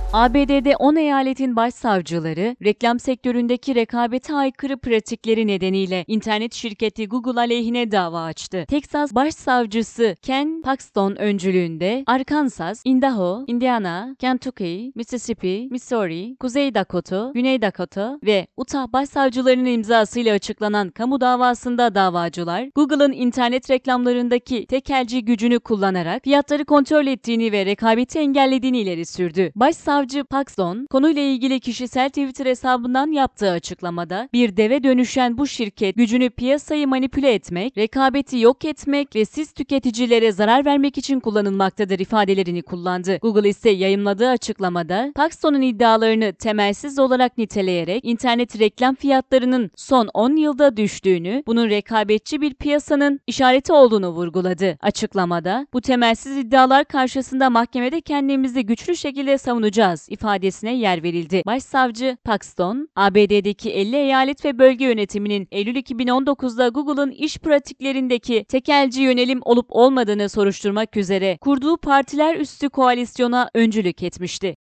ABD'de 10 eyaletin başsavcıları, reklam sektöründeki rekabete aykırı pratikleri nedeniyle internet şirketi Google aleyhine dava açtı. Texas Başsavcısı Ken Paxton öncülüğünde Arkansas, Idaho, Indiana, Kentucky, Mississippi, Missouri, Kuzey Dakota, Güney Dakota ve Utah başsavcılarının imzasıyla açıklanan kamu davasında davacılar, Google'ın internet reklamlarındaki tekelci gücünü kullanarak fiyatları kontrol ettiğini ve rekabeti engellediğini ileri sürdü. Başsavcı Paxton, konuyla ilgili kişisel Twitter hesabından yaptığı açıklamada, bir deve dönüşen bu şirket gücünü piyasayı manipüle etmek, rekabeti yok etmek ve siz tüketicilere zarar vermek için kullanılmaktadır ifadelerini kullandı. Google ise yayımladığı açıklamada, Paxton'un iddialarını temelsiz olarak niteleyerek internet reklam fiyatlarının son 10 yılda düştüğünü, bunun rekabetçi bir piyasanın işareti olduğunu vurguladı. Açıklamada, bu temelsiz iddialar karşısında mahkemede kendimizi güçlü şekilde savunacağız ifadesine yer verildi. Başsavcı Paxton, ABD'deki 50 eyalet ve bölge yönetiminin Eylül 2019'da Google'ın iş pratiklerindeki tekelci yönelim olup olmadığını soruşturmak üzere kurduğu partiler üstü koalisyona öncülük etmişti.